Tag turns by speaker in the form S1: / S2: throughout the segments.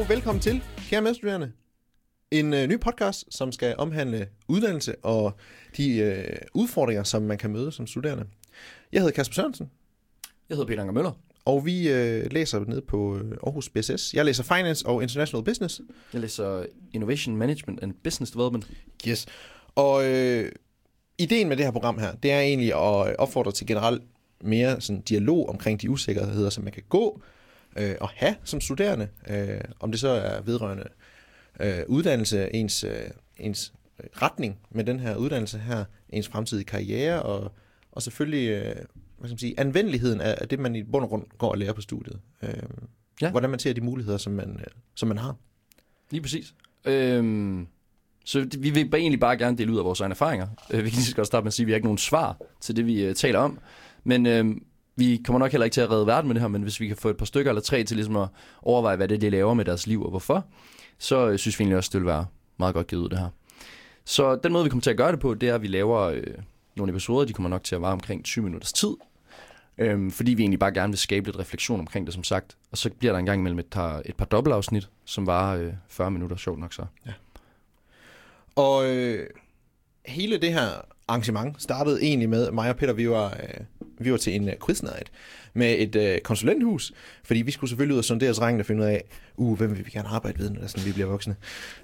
S1: velkommen til, kære medstuderende. En ny podcast, som skal omhandle uddannelse og de udfordringer, som man kan møde som studerende. Jeg hedder Kasper Sørensen.
S2: Jeg hedder Peter Anker Møller.
S1: Og vi læser ned på Aarhus BSS. Jeg læser Finance og International Business.
S2: Jeg læser Innovation Management and Business Development.
S1: Yes. Og ideen med det her program her, det er egentlig at opfordre til generelt mere sådan dialog omkring de usikkerheder, som man kan gå og have som studerende. Om det så er vedrørende uddannelse, ens retning med den her uddannelse her, ens fremtidige karriere og selvfølgelig hvad skal man sige, anvendeligheden af det, man i bund og grund går og lærer på studiet. Hvordan man ser de muligheder, som man har.
S2: Lige præcis. Så vi vil egentlig bare gerne dele ud af vores egne erfaringer. Vi kan lige så godt starte med at sige, at vi har ikke nogen svar til det, vi taler om. Men vi kommer nok heller ikke til at redde verden med det her, men hvis vi kan få et par stykker eller tre til ligesom at overveje, hvad det er, de laver med deres liv og hvorfor, så synes vi egentlig også, det vil være meget godt givet ud det her. Så den måde, vi kommer til at gøre det på, det er, at vi laver nogle episoder, de kommer nok til at vare omkring 20 minutters tid, fordi vi egentlig bare gerne vil skabe lidt refleksion omkring det, som sagt. Og så bliver der en gang imellem et par dobbeltafsnit, som varer 40 minutter, sjovt nok så. Ja.
S1: Og hele det her arrangement startede egentlig med, mig og Peter, vi var til en quiz night med et konsulenthus, fordi vi skulle selvfølgelig ud og sondere terrænet og finde ud af, hvem vil vi gerne arbejde ved, når sådan, vi bliver voksne.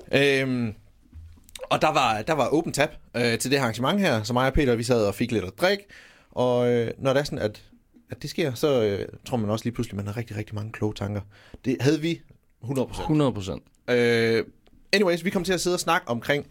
S1: Og der var open tab til det her arrangement her, så mig og Peter, vi sad og fik lidt at drikke, og når det er sådan, at det sker, så tror man også lige pludselig, man har rigtig, rigtig mange kloge tanker. Det havde vi 100%.
S2: 100%.
S1: Anyways, vi kom til at sidde og snakke omkring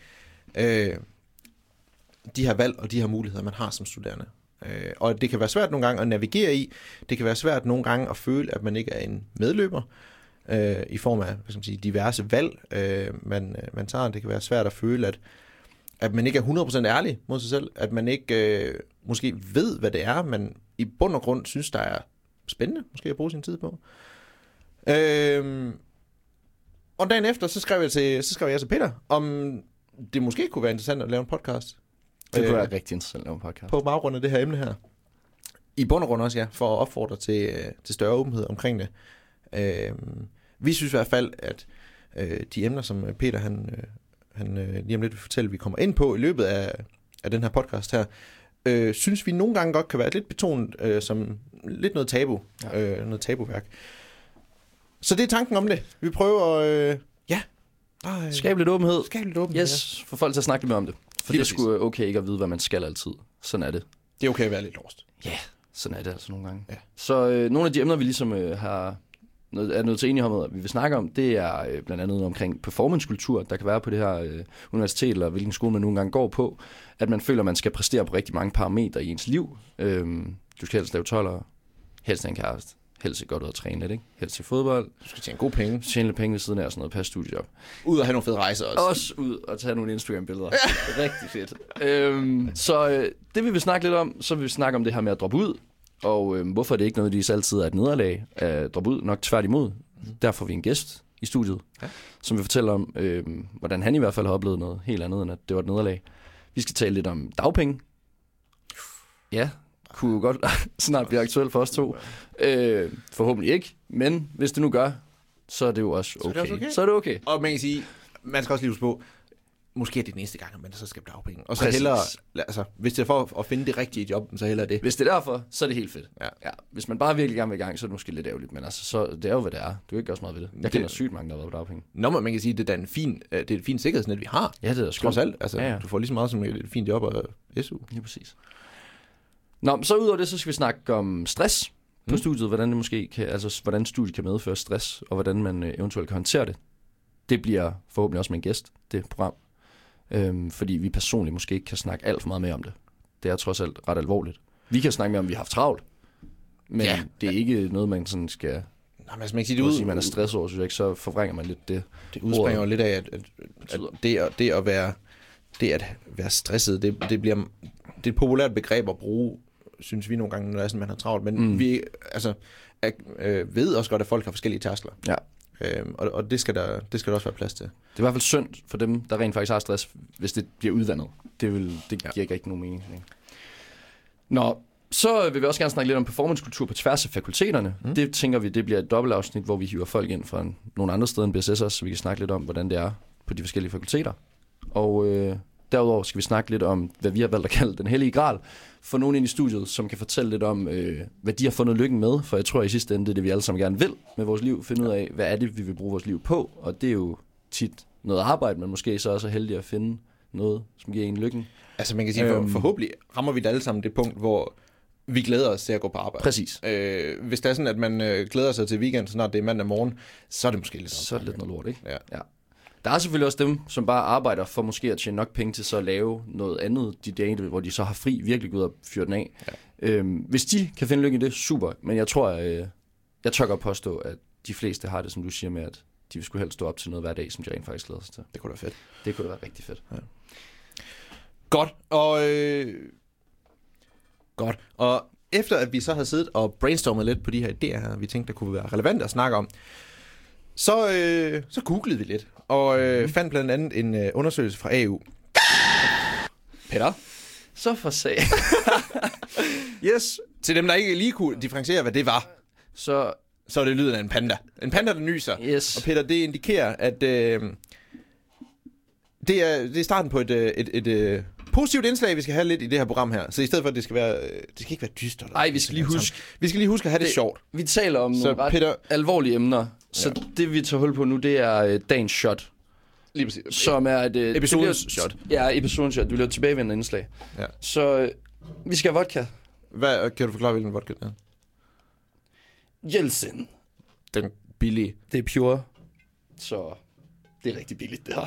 S1: de her valg og de her muligheder, man har som studerende. Og det kan være svært nogle gange at navigere i. Det kan være svært nogle gange at føle, at man ikke er en medløber i form af hvad skal man sige, diverse valg, man tager. Det kan være svært at føle, at man ikke er 100% ærlig mod sig selv. At man ikke måske ved, hvad det er, man i bund og grund synes, der er spændende måske at bruge sin tid på. Og dagen efter, så skrev jeg til Peter, om det måske kunne være interessant at lave en podcast.
S2: Det kunne være rigtig interessant at lave en podcast.
S1: På baggrund af det her emne her. I bund og grund også, ja, for at opfordre til større åbenhed omkring det. Vi synes i hvert fald, at de emner, som Peter han lige om lidt vil fortælle, vi kommer ind på i løbet af den her podcast her, synes vi nogle gange godt kan være lidt betonet som lidt noget tabu, noget tabuværk. Så det er tanken om det. Vi prøver
S2: skabe lidt åbenhed.
S1: Yes,
S2: for folk til at snakke lidt mere om det. For det er sgu okay ikke at vide, hvad man skal altid. Sådan er det.
S1: Det er okay at være lidt lost.
S2: Ja, sådan er det altså nogle gange. Ja. Så nogle af de emner, vi ligesom er nødt til enighed om, at vi vil snakke om, det er blandt andet omkring performancekultur, der kan være på det her universitet, eller hvilken skole man nogle gange går på, at man føler, at man skal præstere på rigtig mange parametre i ens liv. Du skal helst lave 12'ere, helst en kæreste, helst ikke godt ud at træne lidt, ikke? Helst til fodbold.
S1: Du skal tjene gode penge.
S2: Tjene lidt penge ved siden af og sådan noget, passe studiejob.
S1: Ud og have nogle fede rejser også.
S2: Også ud og tage nogle Instagram-billeder. Rigtig fedt. Så det vil vi snakke lidt om. Så vil vi snakke om det her med at droppe ud. Og hvorfor det ikke nødvendigvis altid er et nederlag at droppe ud. Nok tværtimod. Derfor får vi en gæst i studiet, som vil fortælle om, hvordan han i hvert fald har oplevet noget helt andet, end at det var et nederlag. Vi skal tale lidt om dagpenge. Ja, kunne godt snart blive aktuelt for os to. Forhåbentlig ikke, men hvis det nu gør, så er det jo også okay. Så er det okay.
S1: Og man kan sige, man skal også lige huske på, måske er det den næste gang, at man så skal have dagpenge. Og så hellere, altså, hvis det er for at finde det rigtige job, så hellere det.
S2: Hvis det er derfor, så er det helt fedt. Ja. Hvis man bare virkelig gerne vil i gang, så er det måske lidt ærgerligt. Men altså, så, det er jo, hvad det er. Du kan ikke gøre så meget ved det. Jeg kender sygt mange, der har været på dagpenge.
S1: Nå, men man kan sige, det er et fint sikkerhedsnet, vi har.
S2: Ja, det er
S1: trods alt. Altså, du får lige så meget som et fint job og SU.
S2: Lige præcis. Nå, så udover det, så skal vi snakke om stress på studiet. Hvordan det måske kan, altså hvordan studiet kan medføre stress, og hvordan man eventuelt kan håndtere det. Det bliver forhåbentlig også med en gæst, det program. Fordi vi personligt måske ikke kan snakke alt for meget mere om det. Det er trods alt ret alvorligt. Vi kan snakke mere om, vi har haft travlt. Men det er ikke noget, man sådan skal...
S1: Nej, men altså, man kan sige det ud.
S2: Sige, man er stresset over, synes jeg ikke, så forvrænger man lidt det.
S1: Det udspringer jo lidt af, at det at være stresset, det er et populært begreb at bruge, synes vi nogle gange, når det er sådan, man har travlt. Men vi ved også godt, at folk har forskellige tærskler. Ja. Og det skal der også være plads til.
S2: Det er i hvert fald synd for dem, der rent faktisk har stress, hvis det bliver udvandet. Det giver ikke rigtig nogen mening. Nå, Så vil vi også gerne snakke lidt om performancekultur på tværs af fakulteterne. Det tænker vi, det bliver et dobbeltafsnit, hvor vi hiver folk ind fra nogle andre steder end BSS også, så vi kan snakke lidt om, hvordan det er på de forskellige fakulteter. Og derudover skal vi snakke lidt om, hvad vi har valgt at kalde den hellige gral, for nogen ind i studiet, som kan fortælle lidt om, hvad de har fundet lykken med, for jeg tror i sidste ende, det er det, vi alle sammen gerne vil med vores liv, finde ud af, hvad er det, vi vil bruge vores liv på, og det er jo tit noget arbejde, men måske så også er heldig at finde noget, som giver en lykken.
S1: Altså man kan sige, forhåbentlig rammer vi da alle sammen det punkt, hvor vi glæder os til at gå på arbejde.
S2: Præcis.
S1: Hvis det er sådan, at man glæder sig til weekend, så snart det er mandag morgen, så er det måske lidt
S2: så er det lidt noget lort, ikke?
S1: Ja.
S2: Der er selvfølgelig også dem, som bare arbejder for måske at tjene nok penge til så at lave noget andet de dage, hvor de så har fri, virkelig gå ud og fyre den af. Ja. Hvis de kan finde lykke i det, super. Men jeg tror, jeg tør godt påstå, at de fleste har det, som du siger med, at de vil skulle helst stå op til noget hver dag, som de rent faktisk glæder sig til.
S1: Det kunne da være fedt.
S2: Det kunne da være rigtig fedt. Ja.
S1: Godt. Og efter at vi så havde siddet og brainstormet lidt på de her idéer her, vi tænkte, der kunne være relevante at snakke om, så googlede vi lidt, og fandt blandt andet en undersøgelse fra AU.
S2: Peter? Så for sag.
S1: Yes. Til dem, der ikke lige kunne differentiere, hvad det var, så er det lyden af en panda. En panda, der nyser.
S2: Yes.
S1: Og Peter, det indikerer, at det er starten på et positivt indslag, vi skal have lidt i det her program her. Så i stedet for, at det skal ikke være dystert.
S2: Nej, vi skal lige huske
S1: at have det sjovt.
S2: Vi taler om nogle ret alvorlige emner. Så det, vi tager hul på nu, det er dagens shot.
S1: Lige præcis.
S2: Som er et
S1: episodens shot.
S2: Ja, episodens shot. Det bliver tilbagevendende indslag. Ja. Så vi skal have vodka.
S1: Hvad kan du forklare, hvilken vodka det er?
S2: Jeltsin.
S1: Den billige.
S2: Det er pure. Så det er rigtig billigt, det her.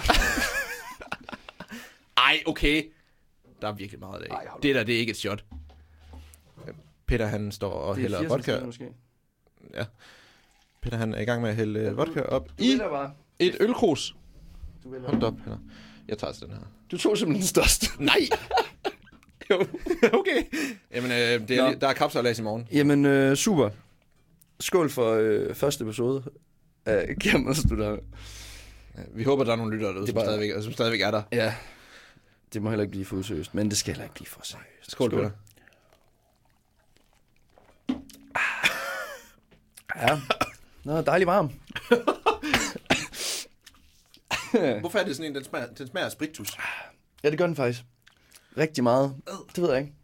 S1: Ej, okay. Der er virkelig meget af det. Det der, det er ikke et shot. Peter, han står og hælder vodka. Ja. Peter, han er i gang med at hælde vodka op i et ølkrus. Hold op, Peter. Jeg tager til den her.
S2: Du tog simpelthen den største.
S1: Nej! Jo. Okay. Jamen, der er kapsejlads i morgen.
S2: Jamen, super. Skål for første episode af Kammerstuderende.
S1: Vi håber, der er nogle lyttere derude, som stadigvæk er der.
S2: Ja. Det må heller ikke blive for useriøst, men det skal heller ikke blive for seriøst.
S1: Skål, Peter.
S2: Ja. Nå, dejlig varm.
S1: Hvorfor er det sådan en, den smager af spiritus?
S2: Ja, det gør den faktisk. Rigtig meget. Det ved jeg ikke.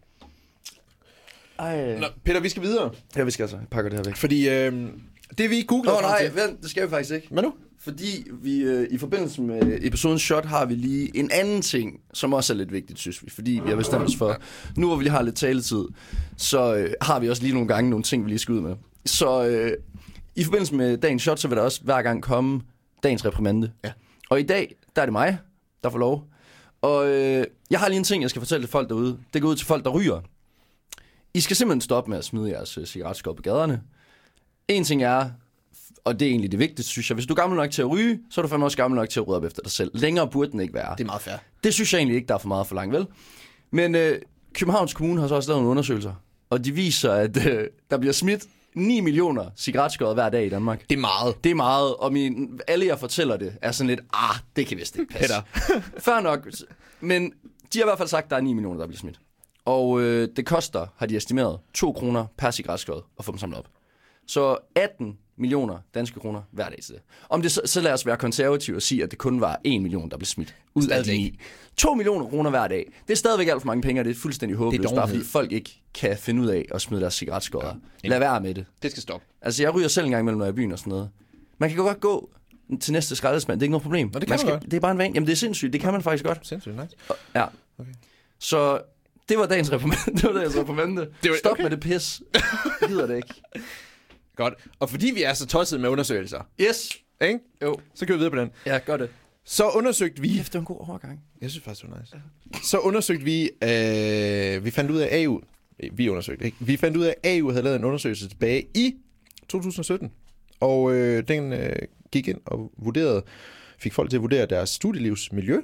S2: Ej.
S1: Nå, Peter, vi skal videre.
S2: Ja, vi skal altså. Jeg pakker det her væk.
S1: Fordi det vi googlede...
S2: nej, vent, det skal vi faktisk ikke.
S1: Hvad nu?
S2: Fordi vi i forbindelse med episodens shot har vi lige en anden ting, som også er lidt vigtigt, synes vi. Fordi vi har bestemt os for, nu hvor vi lige har lidt taletid, så har vi også lige nogle gange nogle ting, vi lige skal ud med. Så i forbindelse med dagens shot, så vil der også hver gang komme dagens reprimande. Ja. Og i dag, der er det mig, der får lov. Og jeg har lige en ting, jeg skal fortælle til folk derude. Det går ud til folk, der ryger. I skal simpelthen stoppe med at smide jeres cigaretskod på gaderne. En ting er, og det er egentlig det vigtigste, synes jeg. Hvis du er gammel nok til at ryge, så er du fandme også gammel nok til at rydde op efter dig selv. Længere burde den ikke være.
S1: Det er meget fair.
S2: Det synes jeg egentlig ikke, der er for meget for langt, vel? Men Københavns Kommune har så også lavet nogle undersøgelser, og de viser, at der bliver smidt 9 millioner cigaretskod hver dag i Danmark.
S1: Det er meget.
S2: Det er meget, og alle jeg fortæller det, er sådan lidt, det kan vist ikke passe. Fair nok, men de har i hvert fald sagt, at der er 9 millioner, der bliver smidt. Og det koster, har de estimeret, 2 kroner per cigaretskod at få dem samlet op. Så 18 millioner danske kroner hver dag til det. Om det så lad os være konservative og sige, at det kun var 1 million, der blev smidt ud af de 9. 2 millioner kroner hver dag. Det er stadigvæk alt for mange penge, og det er fuldstændig håbløst, bare fordi folk ikke kan finde ud af at smide deres cigaretskåder. Ja. Lad være med det.
S1: Det skal stoppe.
S2: Altså, jeg ryger selv en gang imellem, når jeg er i byen og sådan noget. Man kan godt gå til næste skraldespand, det er ikke noget problem.
S1: Nå, det kan man godt.
S2: Det er bare en vane. Jamen, det er sindssygt, det kan man faktisk godt.
S1: Sindssygt, nice.
S2: Ja. Okay. Så det var dagens reprimande. Stop med det pis. Jeg gider det ikke.
S1: Godt. Og fordi vi er så tosset med undersøgelser.
S2: Yes.
S1: Ikke?
S2: Jo.
S1: Så kan vi videre på den.
S2: Ja, gør det.
S1: Så undersøgte vi...
S2: Det var en god overgang.
S1: Jeg synes faktisk, det var nice. Ja. Så undersøgte vi... vi fandt ud af AU... Vi undersøgte, ikke? Vi fandt ud af, at AU havde lavet en undersøgelse tilbage i 2017. Og den gik ind og fik folk til at vurdere deres studielivsmiljø.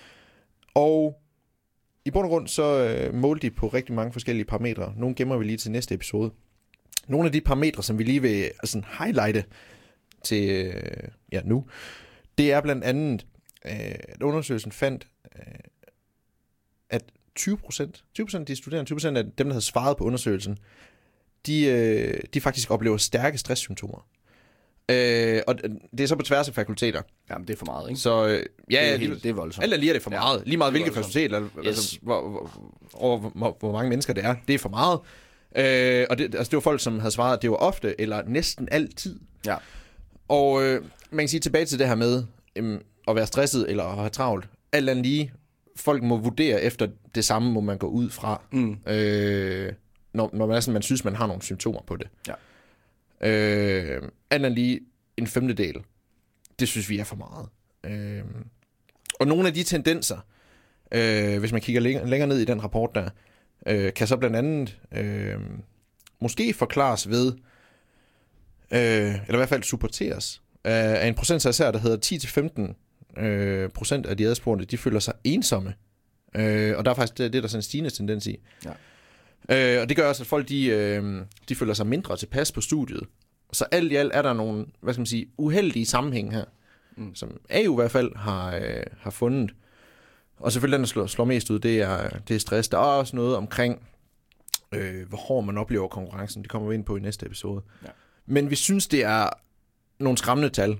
S1: Og i bund og grund så målte de på rigtig mange forskellige parametre. Nogle gemmer vi lige til næste episode. Nogle af de parametre, som vi lige vil highlighte til nu, det er blandt andet, at undersøgelsen fandt, at 20% af de studerende, 20% af dem, der havde svaret på undersøgelsen, de faktisk oplever stærke stresssymptomer. Og det er så på tværs af fakulteter.
S2: Jamen, det er for meget, ikke?
S1: Så
S2: det er voldsomt.
S1: Alt er lige, det er for meget. Lige meget hvilket
S2: voldsomt.
S1: fakultet, eller,
S2: Yes.
S1: altså, hvor mange mennesker det er. Det er for meget. Og det var folk, som havde svaret, at det var ofte, eller næsten altid.
S2: Ja.
S1: Og man kan sige tilbage til det her med at være stresset, eller at have travlt. Alt andet lige, folk må vurdere efter det samme, må man gå ud fra. Når man, man synes, man har nogle symptomer på det.
S2: Ja.
S1: Alt andet lige en 1/5. Det synes vi er for meget. Og nogle af de tendenser, hvis man kigger længere ned i den rapport der, kan så blandt andet måske forklares ved, eller i hvert fald supporteres, af en procentsats her, der hedder 10-15% af de adspurgte, de føler sig ensomme. Og der er faktisk det er der sådan en stigende tendens i. Ja. Og det gør også, at folk de føler sig mindre tilpas på studiet. Så alt i alt er der nogle, hvad skal man sige, uheldige sammenhæng her, som AU i hvert fald har fundet. Og selvfølgelig den, der slår mest ud, det er stress. Der er også noget omkring, hvor hård man oplever konkurrencen. Det kommer vi ind på i næste episode. Ja. Men vi synes, det er nogle skræmmende tal.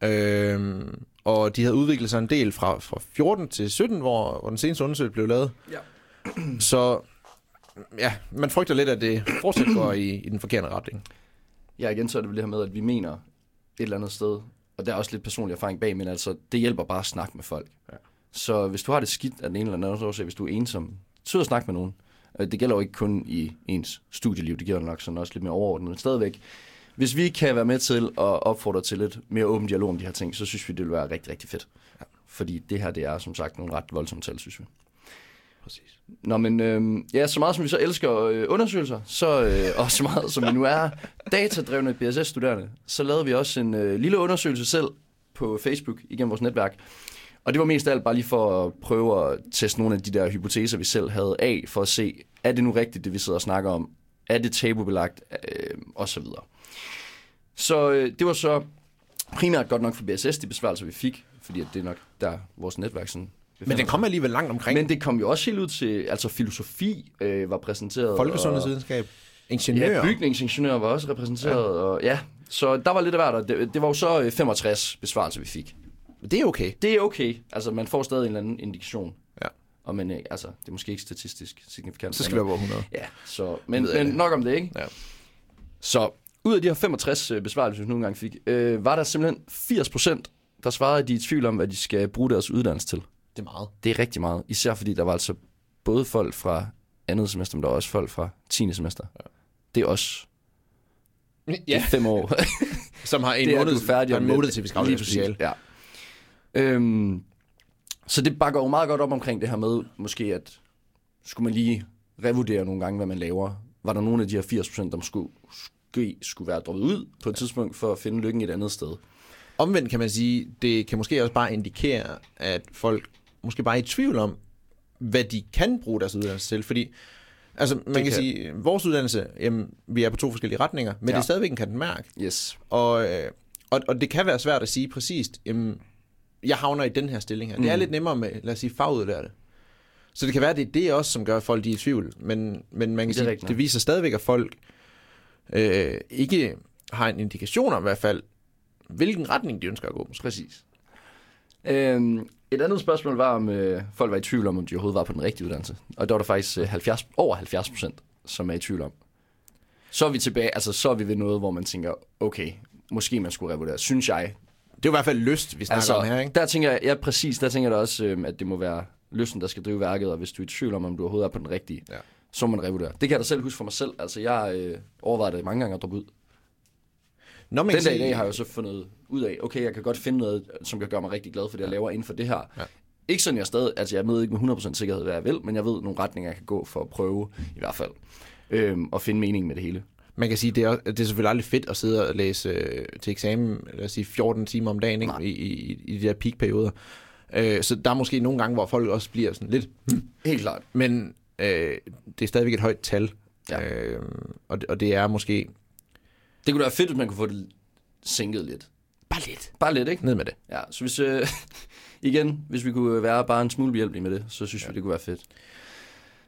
S1: Og de havde udviklet sig en del fra 14 til 17, hvor den seneste undersøgelse blev lavet. Ja. Så ja, man frygter lidt, at det fortsat går i den forkerte retning.
S2: Ja, igen så er det vel det her med, at vi mener et eller andet sted, og der er også lidt personlig erfaring bag, men altså, det hjælper bare at snakke med folk. Ja. Så hvis du har det skidt af den ene eller anden årsag, hvis du er ensom, så ud og snakke med nogen. Det gælder jo ikke kun i ens studieliv, det gælder nok sådan også lidt mere overordnet, men stadigvæk. Hvis vi kan være med til at opfordre til lidt mere åben dialog om de her ting, så synes vi, det vil være rigtig, rigtig fedt. Ja. Fordi det her, det er som sagt nogle ret voldsomme tal, synes vi.
S1: Præcis.
S2: Nå, men ja, så meget som vi så elsker undersøgelser, så, og så meget som vi nu er datadrevne BSS-studerende, så lavede vi også en lille undersøgelse selv på Facebook igennem vores netværk. Og det var mest af alt bare lige for at prøve at teste nogle af de der hypoteser, vi selv havde af, for at se, er det nu rigtigt, det vi sidder og snakker om? Er det tabubelagt? Og så videre. Så det var så primært godt nok for BSS, de besvarelser, vi fik, fordi at det er nok der vores netværk sådan.
S1: Men den kom alligevel langt omkring.
S2: Men det kom jo også helt ud til, altså filosofi var præsenteret.
S1: Folkesundhedsvidenskab, ingeniører.
S2: Ja, bygningsingeniører var også repræsenteret. Ja. Og ja, så der var lidt af hvert, det var jo så 65 besvarelser, vi fik.
S1: Det er okay.
S2: Det er okay. Altså, man får stadig en eller anden indikation.
S1: Ja.
S2: Og men, altså, det er måske ikke statistisk signifikant.
S1: Så skal det være over 100.
S2: Ja, så, men nok om det, ikke? Ja. Så ud af de her 65 besvarelser, vi nogle gange fik, var der simpelthen 80%, der svarede, at de er i tvivl om, hvad de skal bruge deres uddannelse til.
S1: Det er meget.
S2: Det er rigtig meget. Især fordi der var altså både folk fra andet semester, men der var også folk fra 10. semester. Ja. Det er os. Ja. Det er 5 år.
S1: Som har en måned til, vi skal aflevere speciale.
S2: Ja. Så det bakker jo meget godt op omkring det her med, måske at skulle man lige revurdere nogle gange, hvad man laver. Var der nogle af de her 80%, der skulle være droppet ud på et tidspunkt for at finde lykken et andet sted?
S1: Omvendt kan man sige, det kan måske også bare indikere, at folk måske bare er i tvivl om, hvad de kan bruge deres uddannelse til. Fordi altså, man kan sige, vores uddannelse, jamen, vi er på 2 forskellige retninger, men det er stadigvæk en kant-mærk.
S2: Yes.
S1: Og det kan være svært at sige præcist, jamen, jeg havner i den her stilling her. Det er lidt nemmere med, lad os sige, fagudlærte. Så det kan være, at det er det også, som gør, at folk de er i tvivl. Men man kan sige, det viser stadigvæk, at folk ikke har en indikation om i hvert fald, hvilken retning de ønsker at gå.
S2: Præcis. Et andet spørgsmål var, om folk var i tvivl om de overhovedet var på den rigtige uddannelse. Og der var der faktisk over 70%, som er i tvivl om. Så er vi tilbage, altså så er vi ved noget, hvor man tænker, okay, måske man skulle revurdere, synes jeg.
S1: Det er i hvert fald lyst, vi snakker om her, ikke?
S2: Der tænker jeg, ja præcis, der tænker jeg da også, at det må være lysten, der skal drive værket, og hvis du er i tvivl om du overhovedet er på den rigtige, så må man revurdere. Det kan jeg da selv huske for mig selv, altså jeg overvejede det mange gange at droppe ud. Den dag i dag har jeg jo så fundet ud af, okay, jeg kan godt finde noget, som kan gøre mig rigtig glad for det, jeg laver inden for det her. Ja. Ikke sådan, jeg stadig, altså jeg ved ikke med 100% sikkerhed, hvad jeg vil, men jeg ved nogle retninger, jeg kan gå for at prøve, i hvert fald, og finde mening med det hele.
S1: Man kan sige, det er selvfølgelig aldrig fedt at sidde og læse til eksamen, lad os sige 14 timer om dagen, ikke? I de der peak-perioder. Så der er måske nogle gange, hvor folk også bliver sådan lidt...
S2: Helt klart.
S1: Men det er stadigvæk et højt tal, og det er måske...
S2: Det kunne være fedt, hvis man kunne få det sænket lidt. Bare lidt, ikke?
S1: Ned med det.
S2: Ja, så hvis, igen, hvis vi kunne være bare en smule behjælpelige med det, så synes vi, det kunne være fedt.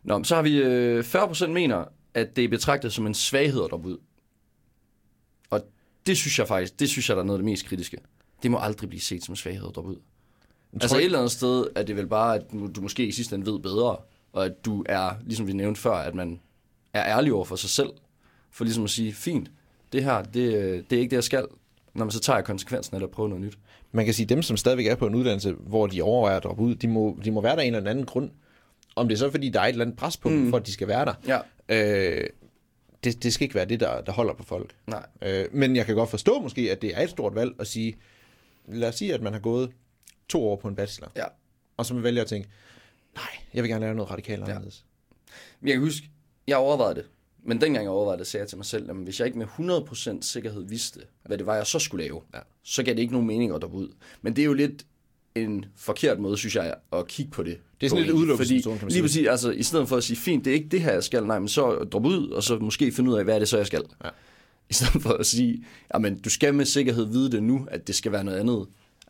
S2: Nå, så har vi 40% mener, at det er betragtet som en svaghed at droppe ud. Og det synes jeg faktisk, der er noget af det mest kritiske. Det må aldrig blive set som en svaghed at droppe ud. Altså et eller andet sted er det vel bare, at du måske i sidste ende ved bedre, og at du er, ligesom vi nævnte før, at man er ærlig over for sig selv, for ligesom at sige, fint, det her, det er ikke det, jeg skal, når man så tager konsekvensen eller prøver noget nyt.
S1: Man kan sige, at dem, som stadigvæk er på en uddannelse, hvor de overvejer at droppe ud, de må være der en eller anden grund. Om det er så, fordi der er et eller andet pres på dem, for at de skal være der.
S2: Ja.
S1: Det skal ikke være det, der holder på folk.
S2: Nej.
S1: Men jeg kan godt forstå måske, at det er et stort valg at sige, lad os sige, at man har gået 2 år på en bachelor, og så man vælger at tænke, nej, jeg vil gerne lave noget radikalt anderledes.
S2: Jeg kan huske, jeg overvejede det, men dengang jeg overvejede det, sagde jeg til mig selv, at hvis jeg ikke med 100% sikkerhed vidste, hvad det var, jeg så skulle lave, så gav det ikke nogen mening at droppe ud. Men det er jo lidt en forkert måde, synes jeg, at kigge på det.
S1: Det er sådan lidt udelukkelse, kan man sige.
S2: Lige præcis, altså i stedet for at sige, fint, det er ikke det her, jeg skal, nej, men så droppe ud, og så måske finde ud af, hvad er det så, jeg skal. Ja. I stedet for at sige, jamen, du skal med sikkerhed vide det nu, at det skal være noget andet.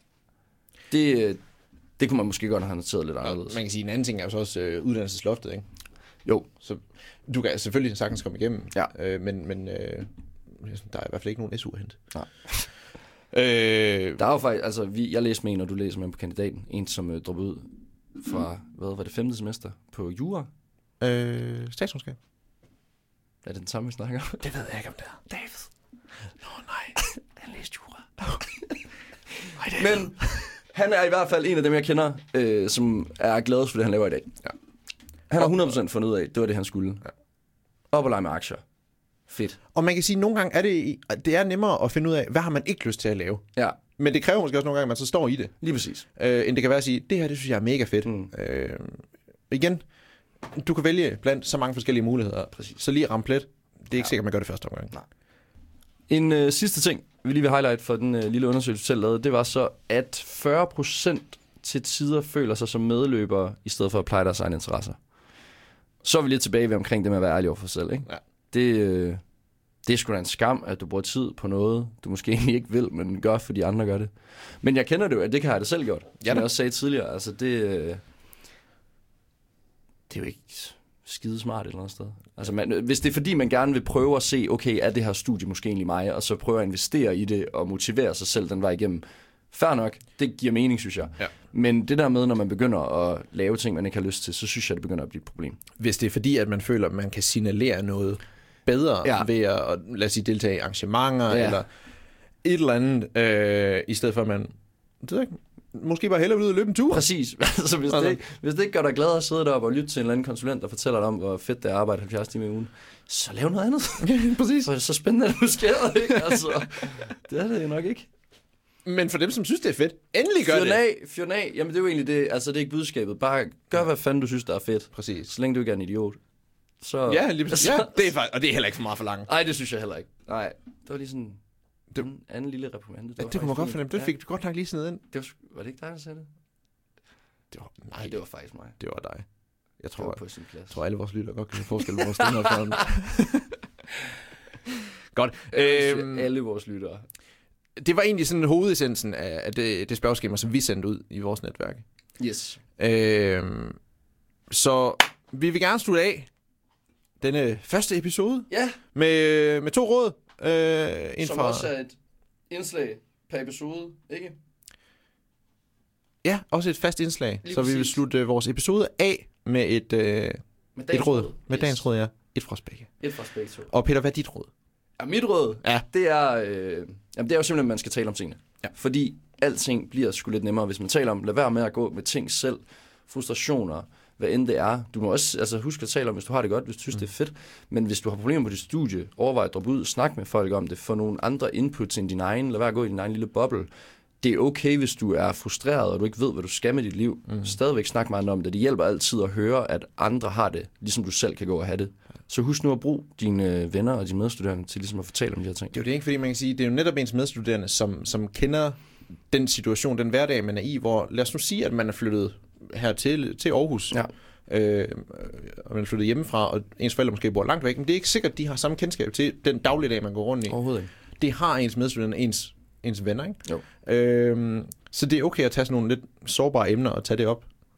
S2: Det kunne man måske godt have noteret lidt anderledes.
S1: Man kan sige, en anden ting er jo så også uddannelsesloftet, ikke?
S2: Jo.
S1: Så du kan selvfølgelig sagtens komme igennem,
S2: ja.
S1: Men der er i hvert fald ikke nogen SU at hente.
S2: Nej. Der er jo faktisk, altså jeg læste med en, og du læser med på kandidaten, en som droppede ud fra, hvad var det, 5. semester på jura?
S1: Statskundskab.
S2: Er det den samme, vi snakker om?
S1: Det ved jeg ikke, om det er.
S2: David.
S1: Nej, han læste jura.
S2: Men han er i hvert fald en af dem, jeg kender, som er glad for det, han laver i dag. Ja. Han har 100% fundet ud af, det var det, han skulle. Ja. Op og lege med aktier. Fedt.
S1: Og man kan sige, at nogle gange er det er nemmere at finde ud af, hvad har man ikke lyst til at lave.
S2: Ja.
S1: Men det kræver måske også nogle gange, at man så står i det.
S2: Lige præcis.
S1: End det kan være at sige, det her, det synes jeg er mega fedt. Igen, du kan vælge blandt så mange forskellige muligheder.
S2: Præcis.
S1: Så lige ramme plet. Det er ikke sikkert, at man gør det første omgang.
S2: Nej. En sidste ting, vi lige vil highlight for den lille undersøgelse, du selv lavede, det var så, at 40% til tider føler sig som medløbere, i stedet for at pleje deres egne interesser. Så er vi lidt tilbage ved omkring det med at være ærlig over for sig selv, ikke?
S1: Ja.
S2: Det er sgu da en skam, at du bruger tid på noget, du måske egentlig ikke vil, men gør, fordi andre gør det. Men jeg kender det jo, at det har jeg da selv gjort. Som jeg også sagde tidligere. Altså, det er jo ikke skide smart et eller andet sted. Altså, hvis det er fordi, man gerne vil prøve at se, okay, er det her studie måske egentlig mig, og så prøve at investere i det, og motivere sig selv den vej igennem. Fair nok, det giver mening, synes jeg. Ja. Men det der med, når man begynder at lave ting, man ikke har lyst til, så synes jeg, det begynder at blive et problem.
S1: Hvis det er fordi, at man føler, at man kan signalere noget bedre ved at, lad os sige, deltage i arrangementer, eller et eller andet, i stedet for, at man måske bare hellere ud og løbe en tur.
S2: Præcis. Altså, hvis det ikke gør dig glad at sidde deroppe og lytte til en eller anden konsulent, der fortæller dig om, hvor fedt det er at arbejde 70 timer i ugen, så lav noget andet.
S1: Præcis.
S2: For så spændende er det måske ikke? Altså, det er det jo nok ikke.
S1: Men for dem, som synes, det er fedt, endelig gør det.
S2: Fyr af. Jamen, det er jo egentlig det. Altså, det er ikke budskabet. Bare gør, hvad fanden du synes, der er fedt.
S1: Præcis.
S2: Så længe du ikke er en idiot. Så,
S1: ja, lige præcis. Ja, det er faktisk, og det er heller ikke for meget for langt.
S2: Nej, det synes jeg heller ikke. Nej, det var lige sådan en anden lille reprimande.
S1: Det kunne man godt fornemme. Det fik du godt nok lige sådan ind.
S2: Var det ikke dig, der sagde det? Nej, det var faktisk mig.
S1: Det var dig. Jeg tror
S2: alle
S1: vores lytter godt kan se forskel på vores stemmer. Godt.
S2: Alle vores lyttere.
S1: Det var egentlig sådan hovedessensen af det spørgeskema, som vi sendte ud i vores netværk.
S2: Yes.
S1: Så vi vil gerne slutte af denne første episode med 2 råd.
S2: Som også er et indslag per episode, ikke?
S1: Ja, også et fast indslag. Lige så præcis. Vi vil slutte vores episode af med et råd. Med dagens råd, ja. Et fra os begge.
S2: Et fra os begge to.
S1: Og Peter, hvad er dit råd?
S2: Ja, mit råd, det er jo simpelthen, at man skal tale om tingene. Ja. Fordi alting bliver sgu lidt nemmere, hvis man taler om, lad være med at gå med ting selv, frustrationer, hvad end det er. Du må også huske at tale om, hvis du har det godt, hvis du synes, det er fedt. Men hvis du har problemer på dit studie, overvej at droppe ud, snak med folk om det, få nogle andre inputs end din egen, lad være at gå i din egen lille boble. Det er okay, hvis du er frustreret, og du ikke ved, hvad du skal med dit liv. Stadigvæk snak med andre om det. Det hjælper altid at høre, at andre har det, ligesom du selv kan gå og have det. Så husk nu at bruge dine venner og dine medstuderende til ligesom at fortælle om de her ting.
S1: Det er jo det ikke, fordi man kan sige, det er jo netop ens medstuderende, som kender den situation, den hverdag, man er i, hvor lad os nu sige, at man er flyttet her til Aarhus, og man er flyttet hjemmefra, og ens forældre måske bor langt væk, men det er ikke sikkert, at de har samme kendskab til den dagligdag, man går rundt i.
S2: Overhovedet ikke.
S1: Det har ens medstuderende, ens venner, ikke?
S2: Jo.
S1: Så det er okay at tage sådan nogle lidt sårbare emner og tage det op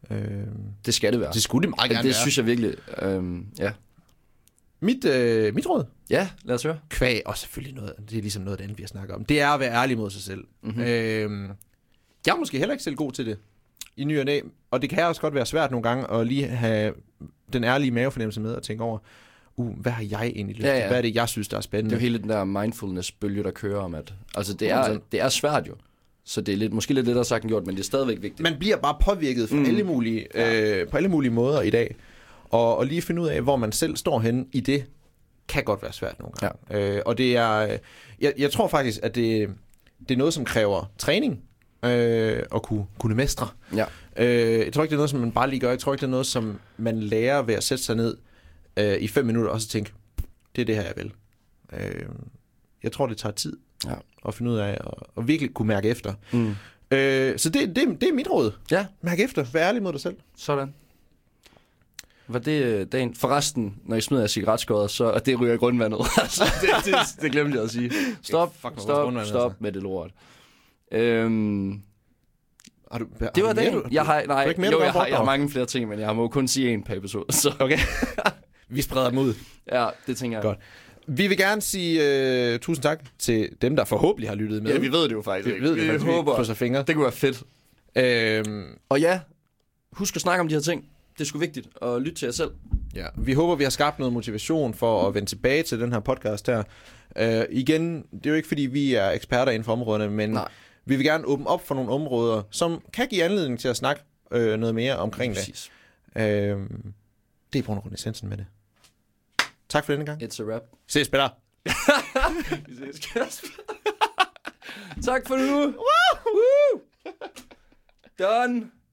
S2: Det skal det være.
S1: Det skulle det meget gerne
S2: det
S1: være.
S2: synes jeg virkelig, ja.
S1: Mit råd?
S2: Ja, lad os høre.
S1: Kvæg, og selvfølgelig noget, det er ligesom noget af det andet, vi har snakket om. Det er at være ærlig mod sig selv.
S2: Mhm.
S1: Jeg er måske heller ikke selv god til det i ny og næ, og det kan også godt være svært nogle gange at lige have den ærlige mavefornemmelse med og tænke over, hvad har jeg egentlig lyst til?
S2: Ja.
S1: Hvad er det, jeg synes, der er spændende?
S2: Det er jo hele den der mindfulness-bølge, der kører om, at altså det er svært jo. Så det er måske lidt lettere sagt end gjort, men det er stadigvæk vigtigt.
S1: Man bliver bare påvirket på alle mulige måder i dag. Og lige finde ud af, hvor man selv står henne i det, kan godt være svært nogle gange. Ja. Og det er... Jeg tror faktisk, at det er noget, som kræver træning at kunne mestre.
S2: Ja.
S1: Jeg tror ikke, det er noget, som man bare lige gør. Jeg tror ikke, det er noget, som man lærer ved at sætte sig ned i 5 minutter og så tænke, det er det her, jeg vil. Jeg tror, det tager tid at finde ud af og virkelig kunne mærke efter. Så det er mit råd.
S2: Ja.
S1: Mærk efter. Vær ærlig mod dig selv.
S2: Sådan. Var det dagen? Forresten, når I smider cigaretskåret, så det ryger i grundvandet. Altså, det glemte jeg at sige. Stop med det lort. Det var dagen. Jeg har mange flere ting, men jeg må kun sige 1 per episode. Så.
S1: Okay. Vi spreder dem ud.
S2: Ja, det tænker jeg.
S1: Godt. Vi vil gerne sige tusind tak til dem, der forhåbentlig har lyttet med.
S2: Ja, vi ved det jo faktisk.
S1: Vi håber. På fingre.
S2: Det kunne være fedt. Og ja, husk at snakke om de her ting. Det er sgu vigtigt at lytte til jer selv.
S1: Ja, vi håber, vi har skabt noget motivation for at vende tilbage til den her podcast her. Igen, det er jo ikke, fordi vi er eksperter inden for områderne, men vi vil gerne åbne op for nogle områder, som kan give anledning til at snakke noget mere omkring det. Det er på grund af essensen med det. Tak for denne gang.
S2: It's a wrap.
S1: Ses, Peter.
S2: Vi ses, Kasper. Tak for nu.
S1: Woo!
S2: Done.